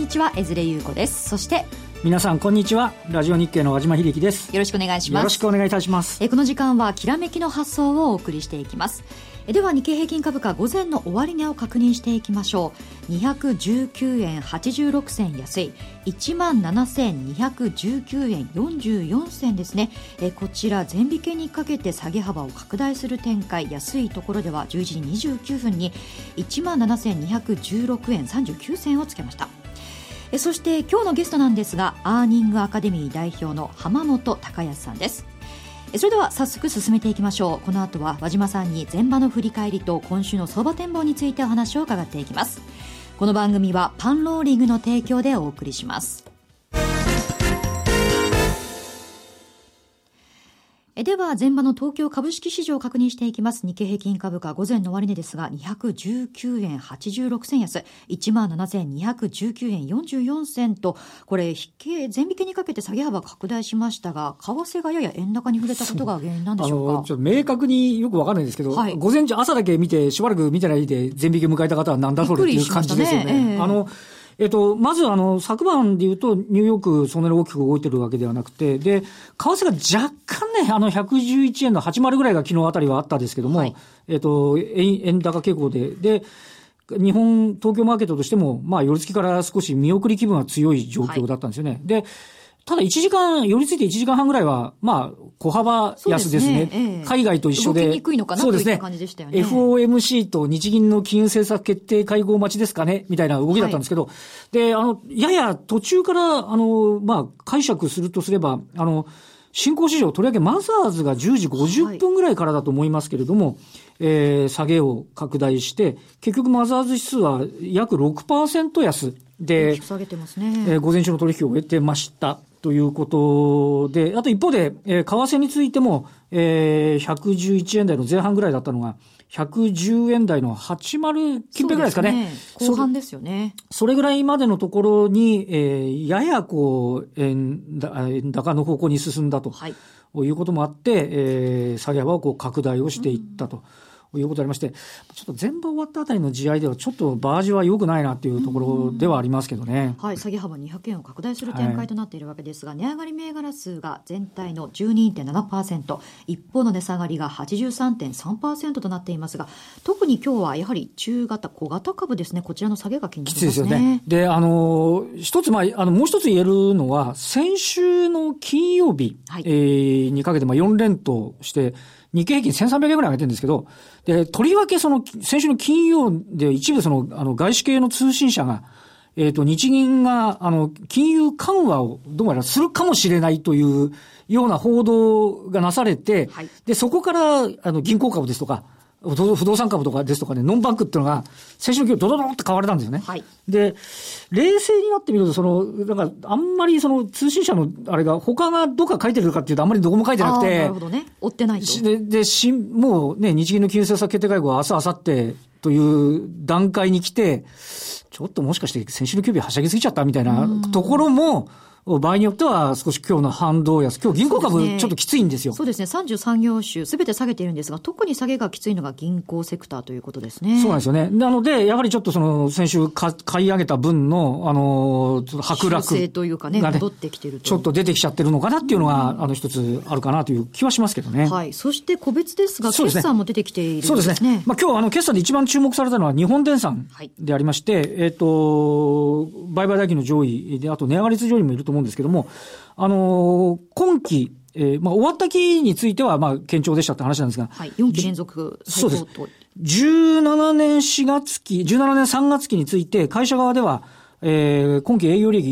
にちは、江連優子です。そして皆さんこんにちは、ラジオ日経の和島秀樹です。 よろしくお願いします。 よろしくお願いいたします。 この時間はきらめきの発想をお送りしていきます。では日経平均株価午前の終値を確認していきましょう。219円86銭安い 17,219 円44銭ですね。こちら前引けにかけて下げ幅を拡大する展開。安いところでは11時29分に 17,216 円39銭をつけました。そして今日のゲストなんですが、アーニングアカデミー代表の浜本隆康さんです。それでは早速進めていきましょう。この後は和島さんに前場の振り返りと今週の相場展望についてお話を伺っていきます。この番組はパンローリングの提供でお送りします。では前場の東京株式市場を確認していきます。日経平均株価午前の終値ですが219円86銭安 17,219 円44銭と、これ前引けにかけて下げ幅拡大しましたが、為替がやや円高に触れたことが原因なんでしょうか。 ちょっと明確によくわからないんですけど、はい、午前中朝だけ見てしばらく見てないで前引け迎えた方はなんだそれっていう感じですよね。まず昨晩で言うとニューヨークそんなに大きく動いてるわけではなくて、で、為替が若干ね、111円の80ぐらいが昨日あたりはあったんですけども、はい、円高傾向で、東京マーケットとしても、寄り付きから少し見送り気分が強い状況だったんですよね。はい、で、ただ寄り付いて1時間半ぐらいは、小幅安ですね。海外と一緒で。 動きにくいのかなといった感じでしたよね。 FOMC と日銀の金融政策決定会合待ちですかねみたいな動きだったんですけど、はい、で、やや途中から、解釈するとすれば、新興市場、とりわけマザーズが10時50分ぐらいからだと思いますけれども、下げを拡大して、結局マザーズ指数は約 6% 安で、 下げてますね。 午前中の取引を終えてました。ということで、あと一方で、為替についても、111円台の前半ぐらいだったのが、110円台の80近辺ぐらいですかね。 後半ですよね。 それぐらいまでのところに、やや円高の方向に進んだということもあって、下げ幅を拡大をしていったと。いうことでありまして、ちょっと前場終わったあたりの試合ではちょっとバージは良くないなっていうところではありますけどね。 はい、下げ幅200円を拡大する展開となっているわけですが、値上がり銘柄数が全体の 12.7%、 一方の値下がりが 83.3% となっていますが、特に今日はやはり中型小型株ですね、こちらの下げが気になりますね。きついですよね。 で、一つもう一つ言えるのは、先週の金曜日、はい、にかけて4連投して日経平均1300円ぐらい上げてるんですけど、で、とりわけ先週の金曜で一部外資系の通信社が、日銀が、金融緩和をどうやらするかもしれないというような報道がなされて、はい、で、そこから、銀行株ですとか、不動産株とかですとかね、ノンバンクっていうのが、先週の今日ドドドって買われたんですよね。はい、で、冷静になってみると、あんまり通信社のあれが、他がどっか書いてるかっていうと、あんまりどこも書いてなくて。 なるほどね。追ってないと。 もうね、日銀の金融政策決定会合は明日、明後日という段階に来て、ちょっともしかして先週の9日はしゃぎすぎちゃったみたいなところも、場合によっては少し今日の反動安、今日銀行株ちょっときついんですよ。 そうですね。33業種すべて下げているんですが、特に下げがきついのが銀行セクターということですね。 そうなんですよね。なので、やはりちょっと先週買い上げた分の、剥落。 修正というかね、戻ってきていると。 ちょっと出てきちゃってるのかなっていうのが、一つあるかなという気はしますけどね。 はい。そして個別ですが、決算も出てきているんですね。そうですね。 今日決算で一番注目されたのは日本電産でありまして、売買代金の上位で、あと値上がり率上位もいると思うんですけども、今期、終わった期については、堅調でしたって話なんですが。 はい。4期連続最高と。そうです。 17年3月期について、会社側では、今期営業利益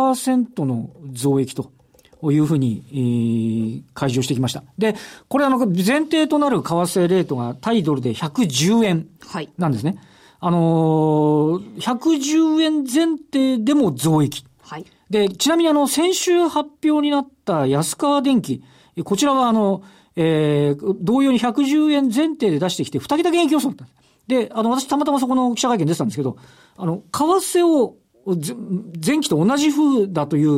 4% の増益というふうに、開示をしてきました。で、これ前提となる為替レートが対ドルで110円なんですね。はい、110円前提でも増益。はい。で、ちなみに先週発表になった安川電機、こちらは同様に110円前提で出してきて、2桁減益予想だったんです。で、私たまたまそこの記者会見出てたんですけど、為替を前期と同じ風だという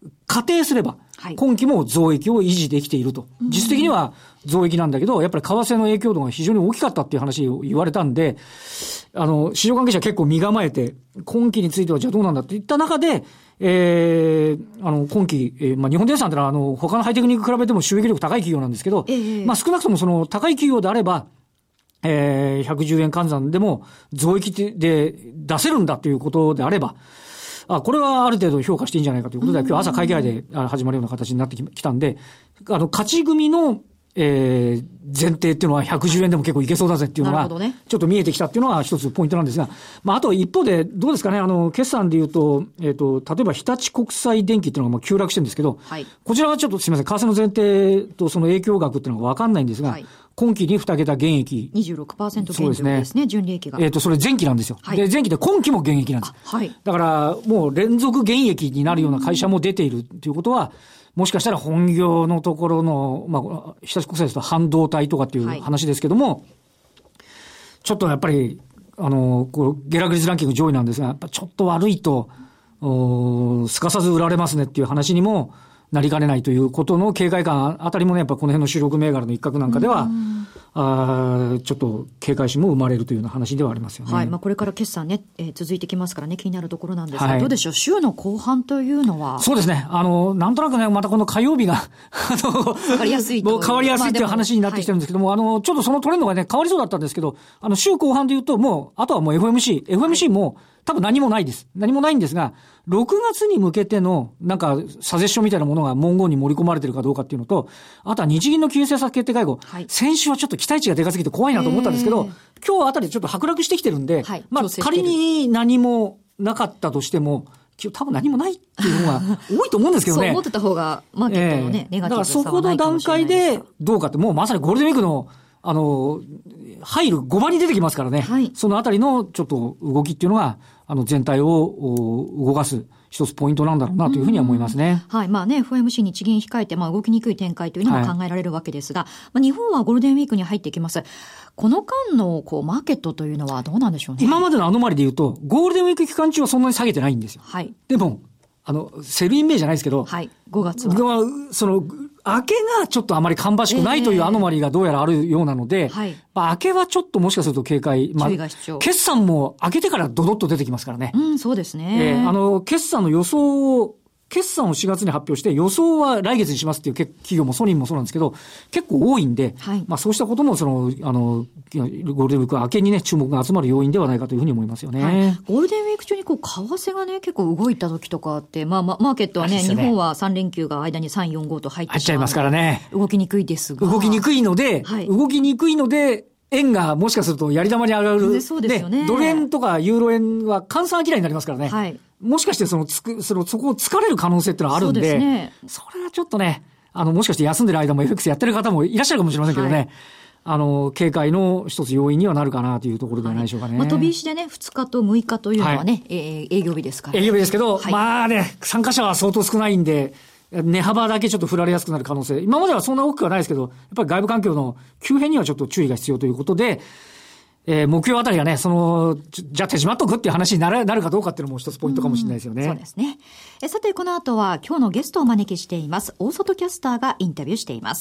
仮定すれば、今期も増益を維持できていると。実質的には増益なんだけど、やっぱり為替の影響度が非常に大きかったっていう話を言われたんで、市場関係者結構身構えて、今期についてはじゃあどうなんだって言った中で、今期、日本電産ってのは他のハイテクに比べても収益力高い企業なんですけど、少なくともその高い企業であれば、110円換算でも増益で出せるんだということであれば、これはある程度評価していいんじゃないかということで、今日朝会議会で始まるような形になってきたんで、勝ち組の、前提っていうのは110円でも結構いけそうだぜっていうのが、ちょっと見えてきたっていうのは一つポイントなんですが、あと一方でどうですかね、決算で言うと、例えば日立国際電機っていうのがもう急落してるんですけど、こちらはちょっとすみません、為替の前提とその影響額っていうのが分かんないんですが、今期に2桁減益。 26% 減益ですね、純利益が。 それ前期なんですよ。で、前期で今期も減益なんです。だから、もう連続減益になるような会社も出ているということは、もしかしたら本業のところの、日立国際ですと半導体とかっていう話ですけども、ちょっとやっぱり、下落率ランキング上位なんですが、やっぱちょっと悪いと、すかさず売られますねっていう話にも、なりかねないということの警戒感あたりもね、やっぱこの辺の主力銘柄の一角なんかでは、ちょっと警戒心も生まれるというような話ではありますよね。 これから決算ね、続いてきますからね、気になるところなんですが、どうでしょう、週の後半というのは。 そうですね。なんとなくね、またこの火曜日が、 変わりやすいと。 変わりやすいという話になってきてるんですけども、ちょっとそのトレンドがね、変わりそうだったんですけど、週後半で言うと、もう、あとはもう FMC も、多分何もないです。何もないんですが、6月に向けての、なんか、サジェッションみたいなものが文言に盛り込まれてるかどうかっていうのと、あとは日銀の金融政策決定会合。先週はちょっと期待値がでかすぎて怖いなと思ったんですけど、今日あたりちょっと剥落してきてるんで、仮に何もなかったとしても、多分何もないっていうのが多いと思うんですけどね。 そう思ってた方が、マーケットのね、ネガティブさはないかもしれないです。だからそこの段階でどうかって、もうまさにゴールデンウィークの、入る5番に出てきますからね。そのあたりのちょっと動きっていうのが、全体を動かす一つポイントなんだろうなというふうには思いますね。 FOMC 日銀控えて、動きにくい展開というのも考えられるわけですが、日本はゴールデンウィークに入ってきます。この間のマーケットというのはどうなんでしょうね。 今までのアノマリで言うと、ゴールデンウィーク期間中はそんなに下げてないんですよ。でも、セルインメイじゃないですけど、 5月は。 明けがちょっとあまり芳しくないというアノマリがどうやらあるようなので、明けはちょっともしかすると警戒、 注意が必要。 決算も明けてからドドッと出てきますからね。 そうですね。 決算の予想を、決算を4月に発表して予想は来月にしますっていう企業もソニーもそうなんですけど、結構多いんで、そうしたこともゴールデンウィーク明けにね、注目が集まる要因ではないかというふうに思いますよね。 ゴールデンウィーク中に為替がね、結構動いた時とかって、マーケットはね、日本は3連休が間に3、4、5と入ってしまいますからね。 動きにくいですが。 動きにくいので、円がもしかするとやり玉に上がる。 そうですよね。 ドル円とかユーロ円は換算嫌いになりますからね。もしかしてそこを疲れる可能性ってのはあるんで、それはちょっとね、もしかして休んでる間も FX やってる方もいらっしゃるかもしれませんけどね。警戒の一つ要因にはなるかなというところではないでしょうかね。 飛び石でね、2日と6日というのはね、営業日ですから、 営業日ですけど、参加者は相当少ないんで、値幅だけちょっと振られやすくなる可能性。今まではそんな大きくはないですけど、やっぱり外部環境の急変にはちょっと注意が必要ということで、目標あたりがね、じゃあ手締まっとくっていう話になるかどうかっていうのも一つポイントかもしれないですよね。 そうですね。さて、この後は今日のゲストをお招きしています。大外キャスターがインタビューしています。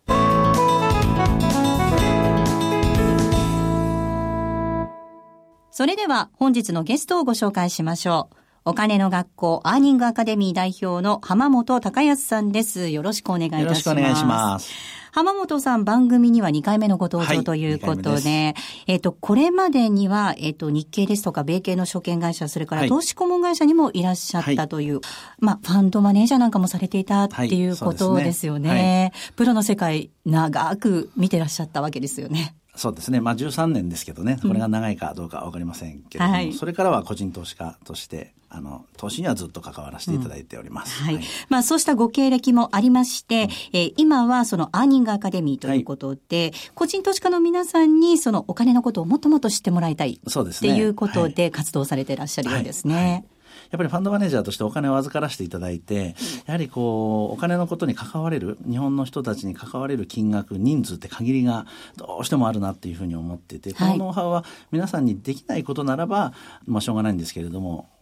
それでは本日のゲストをご紹介しましょう。お金の学校アーニングアカデミー代表の浜本隆康さんです。よろしくお願いいたします。 よろしくお願いします。 浜本さん、番組には2回目のご登場ということで、これまでには、日系ですとか、米系の証券会社、それから投資顧問会社にもいらっしゃったという、ファンドマネージャーなんかもされていたっていうことですよね。プロの世界、長く見てらっしゃったわけですよね。 そうですね。13年ですけどね、これが長いかどうかわかりませんけれども、それからは個人投資家として、投資にはずっと関わらせていただいております。 そうしたご経歴もありまして、今はそのアーニングアカデミーということで、個人投資家の皆さんにそのお金のことをもっともっと知ってもらいたいっていうことで活動されていらっしゃるようですね。 やっぱりファンドマネージャーとしてお金を預からせていただいて、やはりお金のことに関われる、日本の人たちに関われる金額、人数って限りがどうしてもあるなっていうふうに思っていて、このノウハウは皆さんにできないことならば、しょうがないんですけれども、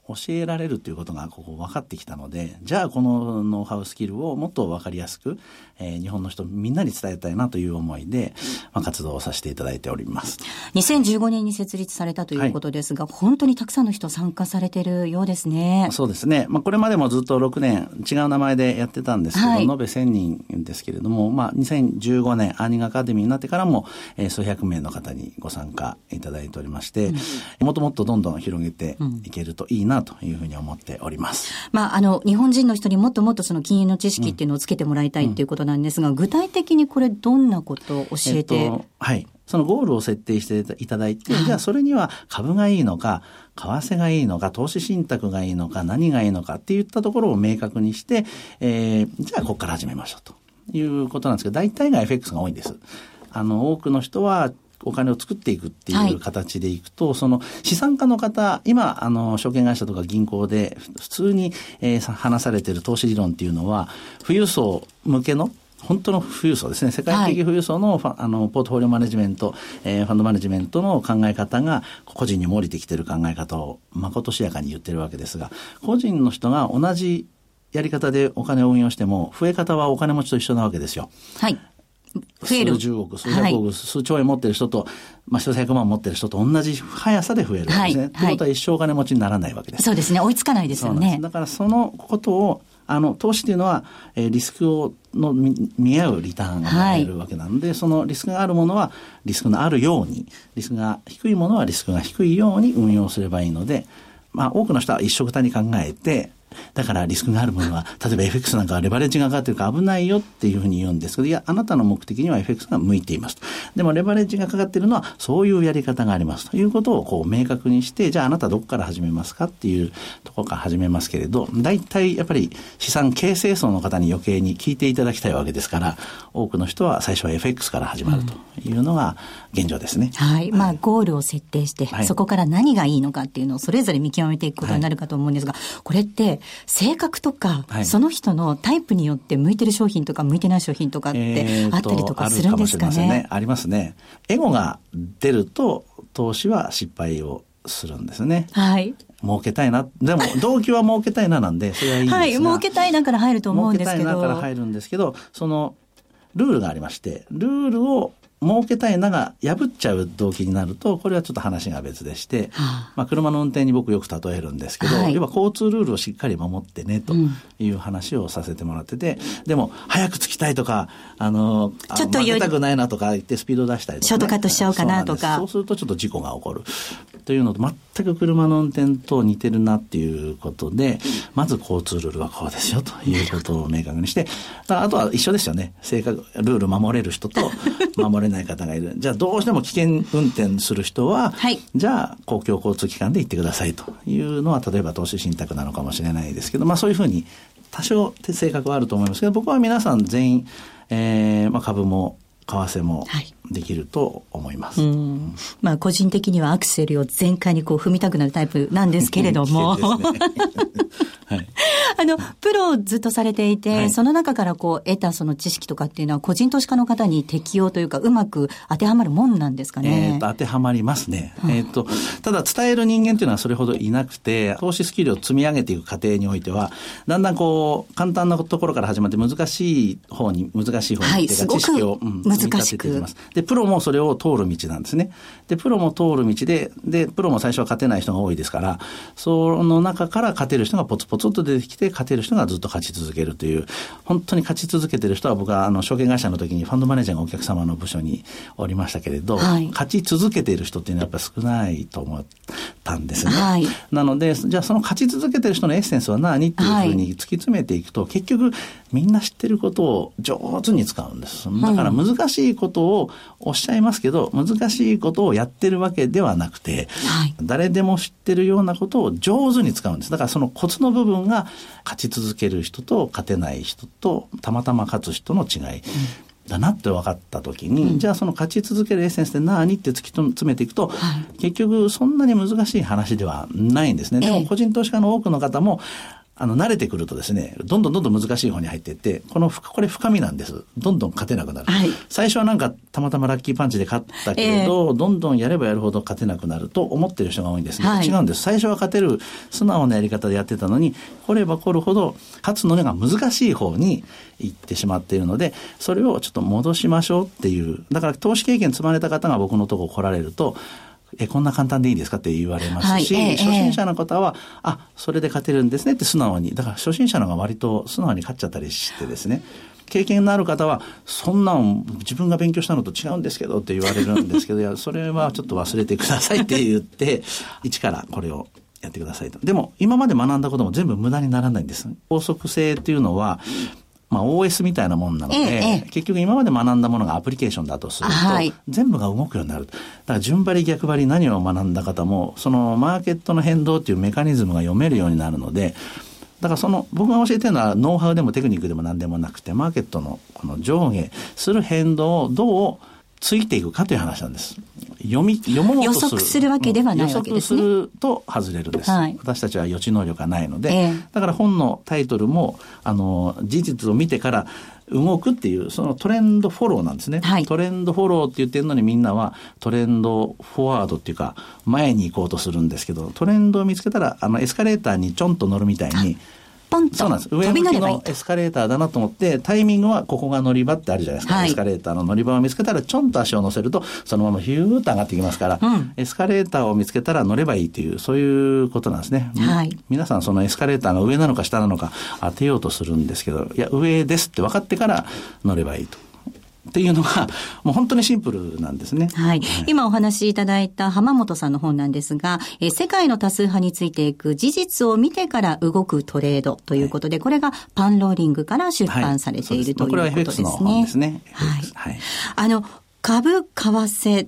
教えられるということがここ分かってきたので、じゃあこのノウハウスキルをもっと分かりやすく、日本の人みんなに伝えたいなという思いで、活動をさせていただいております。 2015年に設立されたということですが、本当にたくさんの人参加されているようですね。 そうですね。これまでもずっと6年違う名前でやってたんですけど、延べ1000人ですけれども、2015年アーニングアカデミーになってからも、数百名の方にご参加いただいておりまして、もっともっとどんどん広げていけるといいなというふうに思っております。 日本人の人にもっともっとその金融の知識っていうのをつけてもらいたいっていうことなんですが、具体的にこれどんなことを教えて、 そのゴールを設定していただいて、じゃあそれには株がいいのか、為替がいいのか、投資信託がいいのか、何がいいのかっていったところを明確にして、じゃあここから始めましょうということなんですけど、大体が FX が多いんです。多くの人はお金を作っていくっていう形でいくと、その資産家の方、今証券会社とか銀行で普通に、話されている投資理論っていうのは、富裕層向けの本当の富裕層ですね。世界的富裕層の、ポートフォリオマネジメント、ファンドマネジメントの考え方が個人にも降りてきている考え方をまことしやかに言ってるわけですが、個人の人が同じやり方でお金を運用しても、増え方はお金持ちと一緒なわけですよ。増える。数十億、数百億、数兆円持ってる人と、数百万持ってる人と同じ速さで増えるわけですね。ということは一生お金持ちにならないわけです。 そうですね。追いつかないですよね。 だからそのことを、投資というのは、リスクの見合うリターンがもらえるわけなので、そのリスクがあるものはリスクのあるように、リスクが低いものはリスクが低いように運用すればいいので、多くの人は一緒くたに考えて、だからリスクがあるものは、例えば FX なんかはレバレッジがかかってるから危ないよっていうふうに言うんですけど、いや、あなたの目的には FX が向いていますと。でもレバレッジがかかっているのはそういうやり方がありますということを明確にして、じゃああなたどこから始めますかっていうところから始めますけれど、大体やっぱり資産形成層の方に余計に聞いていただきたいわけですから、多くの人は最初は FX から始まるというのが現状ですね。 ゴールを設定して、そこから何がいいのかっていうのをそれぞれ見極めていくことになるかと思うんですが、これって性格とか、その人のタイプによって向いてる商品とか向いてない商品とかってあったりとかするんですかね。 あるかもしれませんね。ありますね。エゴが出ると投資は失敗をするんですね。儲けたいな。でも動機は儲けたいななんで、それはいいんですが。 儲けたいなから入ると思うんですけど。 儲けたいなから入るんですけど、そのルールがありまして、ルールを儲けたいなが破っちゃう動機になると、これはちょっと話が別でして、車の運転に僕よく例えるんですけど、要は交通ルールをしっかり守ってねという話をさせてもらってて、でも早く着きたいとか、ちょっと負けたくないなとか言ってスピード出したりとか、 ショートカットしちゃおうかなとか。 そうするとちょっと事故が起こるというのと全く車の運転と似てるなっていうことで、まず交通ルールはこうですよということを明確にして、あとは一緒ですよね。ルール守れる人と守れない方がいる。じゃあどうしても危険運転する人は、じゃあ公共交通機関で行ってくださいというのは、例えば投資信託なのかもしれないですけど、そういうふうに多少性格はあると思いますけど、僕は皆さん全員、株も為替もできると思います。 個人的にはアクセルを全開に踏みたくなるタイプなんですけれども、プロをずっとされていて、その中から得たその知識とかっていうのは個人投資家の方に適用というかうまく当てはまるもんなんですかね。 当てはまりますね。ただ伝える人間っていうのはそれほどいなくて、投資スキルを積み上げていく過程においては、だんだん簡単なところから始まって難しい方に知識を難しく。で、プロもそれを通る道なんですね。で、プロも通る道で、プロも最初は勝てない人が多いですから、その中から勝てる人がポツポツと出てきて、勝てる人がずっと勝ち続けるという、本当に勝ち続けてる人は、僕は証券会社の時にファンドマネージャーがお客様の部署におりましたけれど、勝ち続けている人っていうのはやっぱり少ないと思ったんですね。なので、じゃあその勝ち続けている人のエッセンスは何っていうふうに突き詰めていくと、結局みんな知ってることを上手に使うんです。だから難しいことをおっしゃいますけど、難しいことをやってるわけではなくて、誰でも知ってるようなことを上手に使うんです。だからそのコツの部分が、勝ち続ける人と勝てない人とたまたま勝つ人の違いだなって分かった時に、じゃあその勝ち続けるエッセンスって何って突き詰めていくと、結局そんなに難しい話ではないんですね。でも個人投資家の多くの方も慣れてくるとですね、どんどん難しい方に入っていって、これ深みなんです。どんどん勝てなくなる。はい、最初はなんかたまたまラッキーパンチで勝ったけれど、どんどんやればやるほど勝てなくなると思ってる人が多いんですね。はい、違うんです。最初は勝てる素直なやり方でやってたのに、掘れば掘るほど勝つのが難しい方に行ってしまっているので、それをちょっと戻しましょうっていう。だから投資経験積まれた方が僕のとこ来られると、こんな簡単でいいですかって言われますし、初心者の方は、それで勝てるんですねって素直に。だから初心者の方が割と素直に勝っちゃったりしてですね。経験のある方は、そんなの自分が勉強したのと違うんですけどって言われるんですけど、いや、それはちょっと忘れてくださいって言って、一からこれをやってくださいと。でも、今まで学んだことも全部無駄にならないんです。法則性っていうのは、OS みたいなもんなので、結局今まで学んだものがアプリケーションだとすると、全部が動くようになる。だから順張り逆張り何を学んだ方も、そのマーケットの変動っていうメカニズムが読めるようになるので、だから僕が教えてるのはノウハウでもテクニックでも何でもなくて、マーケットのこの上下する変動をどうついていくかという話なんです。読もうとする。 予測するわけではないわけですね。 予測すると外れるんです。はい、私たちは予知能力がないので、だから本のタイトルも、事実を見てから動くっていう、そのトレンドフォローなんですね。はい、トレンドフォローって言ってるのにみんなはトレンドフォワードっていうか、前に行こうとするんですけど、トレンドを見つけたら、エスカレーターにちょんと乗るみたいに、そうなんです。上向きのエスカレーターだなと思って、タイミングはここが乗り場ってあるじゃないですか。はい、エスカレーターの乗り場を見つけたらちょんと足を乗せるとそのままヒューッと上がってきますから、エスカレーターを見つけたら乗ればいいという、そういうことなんですね。はい、皆さんそのエスカレーターが上なのか下なのか当てようとするんですけど、いや上ですって分かってから乗ればいいと。っていうのがもう本当にシンプルなんですね。 はい。今お話しいただいた浜本さんの本なんですが、世界の多数派についていく事実を見てから動くトレードということで、これがパンローリングから出版されている、ということですね。 これは FX の本ですね。 はい。株、為替って、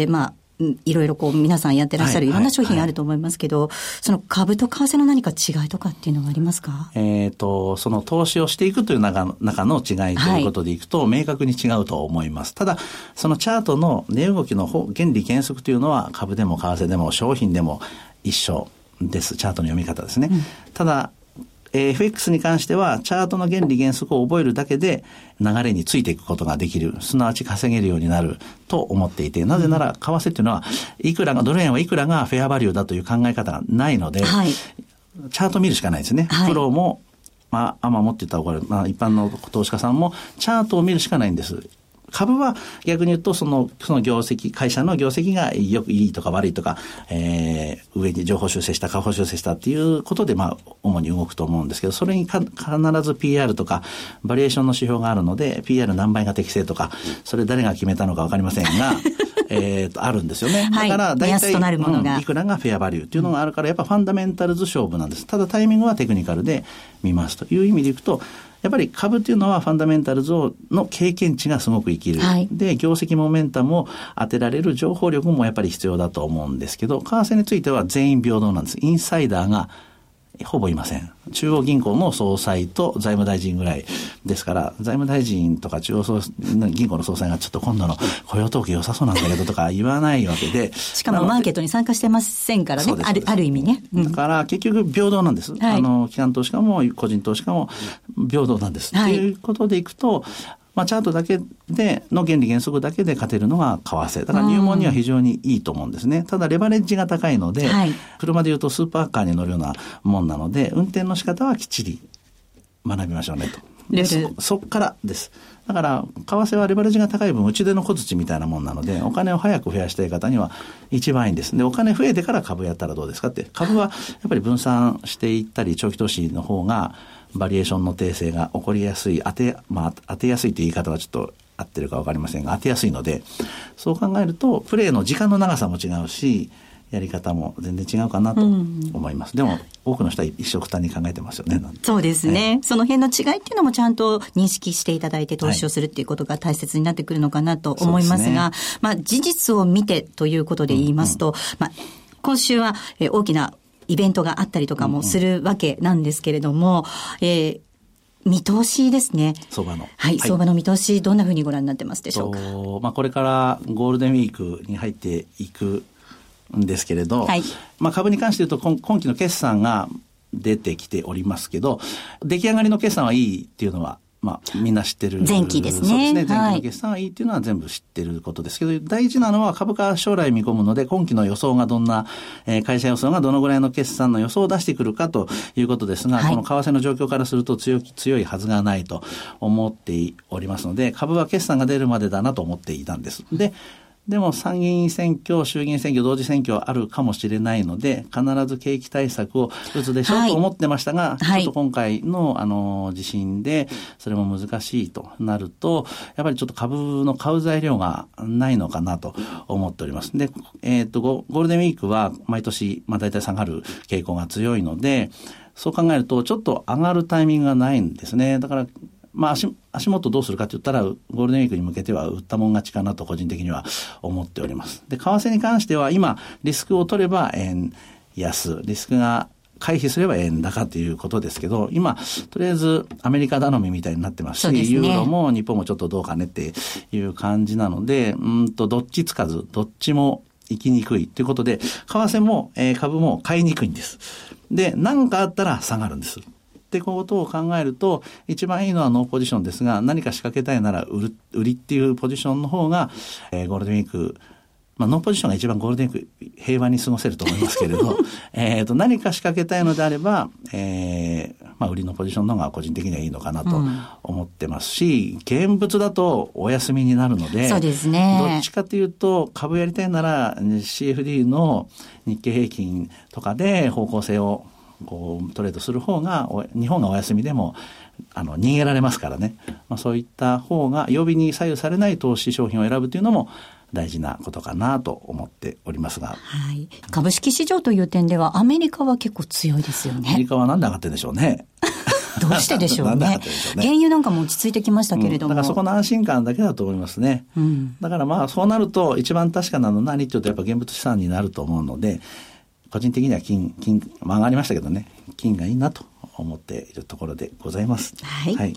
いろいろ皆さんやってらっしゃるいろんな商品あると思いますけど、その株と為替の何か違いとかっていうのはありますか？ その投資をしていくという中の違いということでいくと、明確に違うと思います。ただ、そのチャートの値動きの原理原則というのは株でも為替でも商品でも一緒です。チャートの読み方ですね。ただ、FX に関してはチャートの原理原則を覚えるだけで流れについていくことができる、すなわち稼げるようになると思っていて、なぜなら為替っていうのはいくらがドル円はいくらがフェアバリューだという考え方がないので、チャート見るしかないですね。プロもアマもって言ったら怒られる、一般の投資家さんもチャートを見るしかないんです。株は逆に言うとその業績、会社の業績がいいとか悪いとか、上に上方修正した下方修正したっていうことで主に動くと思うんですけど、それに必ず PR とかバリエーションの指標があるので PR 何倍が適正とか、それ誰が決めたのか分かりませんがあるんですよね。だから大体、いくらがフェアバリューっていうのがあるから、やっぱファンダメンタルズ勝負なんです。ただタイミングはテクニカルで見ますという意味でいくと、やっぱり株っていうのはファンダメンタルズの経験値がすごく生きる。で、業績モメンタムを当てられる情報力もやっぱり必要だと思うんですけど、為替については全員平等なんです。インサイダーがほぼいません。中央銀行の総裁と財務大臣ぐらいですから、財務大臣とか中央銀行の総裁がちょっと今度の雇用統計良さそうなんだけどとか言わないわけで、 しかもマーケットに参加してませんからね。ある意味ね。 だから結局平等なんです。機関投資家も個人投資家も平等なんです。ということでいくと、チャートだけでの原理原則だけで勝てるのが為替。だから入門には非常にいいと思うんですね。ただレバレッジが高いので、車でいうとスーパーカーに乗るようなもんなので、運転の仕方はきっちり学びましょうねと。そっからです。だから為替はレバレッジが高い分、打ち出の小槌みたいなもんなので、お金を早く増やしたい方には一番いいんです。で、お金増えてから株やったらどうですかって。株はやっぱり分散していったり長期投資の方がバリエーションの訂正が起こりやすい、当てやすいという言い方はちょっと合ってるか分かりませんが、当てやすいので、そう考えるとプレーの時間の長さも違うし、やり方も全然違うかなと思います。でも多くの人は一緒くたに考えてますよね。 そうですね、その辺の違いっていうのもちゃんと認識していただいて投資をするっていうことが大切になってくるのかなと思いますが、事実を見てということで言いますと、今週は大きなイベントがあったりとかもするわけなんですけれども、見通しですね。 相場の。 相場の見通し、どんなふうにご覧になってますでしょうか。 これからゴールデンウィークに入っていくんですけれど、株に関して言うと今期の決算が出てきておりますけど、出来上がりの決算はいいっていうのはみんな知ってる。 前期ですね。 そうですね。前期の決算はいいっていうのは全部知ってることですけど、大事なのは株価は将来見込むので、今期の予想がどんな、会社予想がどのぐらいの決算の予想を出してくるかということですが、この為替の状況からすると強いはずがないと思っておりますので、株は決算が出るまでだなと思っていたんです。でも参議院選挙、衆議院選挙、同時選挙あるかもしれないので、必ず景気対策を打つでしょうと思ってましたが、ちょっと今回の地震でそれも難しいとなると、やっぱりちょっと株の買う材料がないのかなと思っております。で、ゴールデンウィークは毎年大体下がる傾向が強いので、そう考えるとちょっと上がるタイミングがないんですね。だから足元どうするかって言ったら、ゴールデンウィークに向けては売ったもん勝ちかなと個人的には思っております。で、為替に関しては今、リスクを取れば円安、リスクが回避すれば円高ということですけど、今、とりあえずアメリカ頼みみたいになってますし、ユーロも日本もちょっとどうかねっていう感じなので、どっちつかず、どっちも行きにくいということで、為替も、株も買いにくいんです。で、何かあったら下がるんです。ってことを考えると、一番いいのはノーポジションですが、何か仕掛けたいなら売りっていうポジションの方が、ゴールデンウィーク、ノーポジションが一番ゴールデンウィーク平和に過ごせると思いますけれど、何か仕掛けたいのであれば、売りのポジションの方が個人的にはいいのかなと思ってますし、現物だとお休みになるので、 そうですね。 どっちかというと、株やりたいなら CFD の日経平均とかで方向性をトレードする方が、日本がお休みでも逃げられますからね。そういった方が曜日に左右されない投資商品を選ぶというのも大事なことかなと思っておりますが、 はい、株式市場という点ではアメリカは結構強いですよね。 アメリカはなんで上がってるんでしょうね。 どうしてでしょうね。原油なんかも落ち着いてきましたけれども、 だからそこの安心感だけだと思いますね。だからそうなると一番確かなのは何っていうと、やっぱ現物資産になると思うので、個人的には金上がりましたけどね、金がいいなと思っているところでございます。 はい。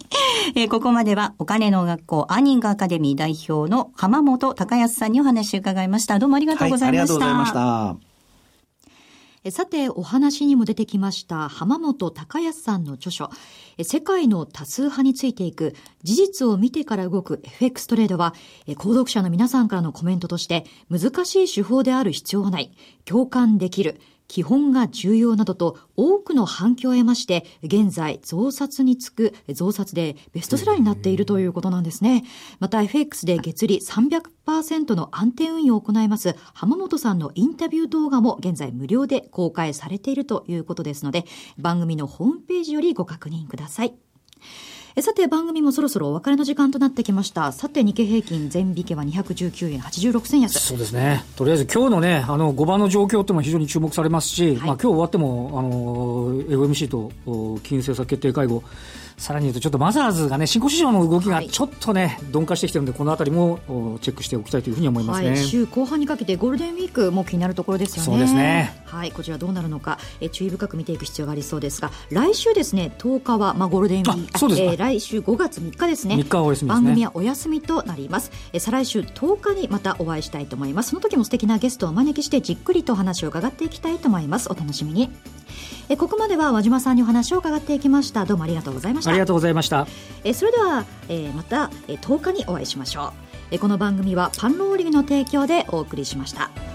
ここまではお金の学校アーニングアカデミー代表の浜本隆康さんにお話を伺いました。どうもありがとうございました。 ありがとうございました。 さて、お話にも出てきました浜本隆康さんの著書、世界の多数派についていく事実を見てから動く FX トレードは、購読者の皆さんからのコメントとして、難しい手法である必要はない、共感できる、基本が重要などと多くの反響を得まして、現在増刷でベストセラーになっているということなんですね。また FX で月利 300% の安定運用を行います浜本さんのインタビュー動画も現在無料で公開されているということですので、番組のホームページよりご確認ください。さて、番組もそろそろお別れの時間となってきました。さて、日経平均前引けは219円86銭安。 そうですね。とりあえず今日のね、5番の状況というのは非常に注目されますし、今日終わってもFOMC と金融政策決定会合、さらに言うとちょっとマザーズがね、新興市場の動きがちょっとね、鈍化してきてるので、このあたりもチェックしておきたいというふうに思いますね。 週後半にかけてゴールデンウィークも気になるところですよね。 そうですね。 はい、こちらどうなるのか、注意深く見ていく必要がありそうですが、来週ですね、10日は、ゴールデンウィーク、来週5月3日ですね。 3日はお休みですね。 番組はお休みとなります。再来週10日にまたお会いしたいと思います。その時も素敵なゲストをお招きしてじっくりと話を伺っていきたいと思います。お楽しみに。ここまでは和島さんにお話を伺っていきました。どうもありがとうございました。 ありがとうございました。 それでは、また10日にお会いしましょう。この番組はパンローリングの提供でお送りしました。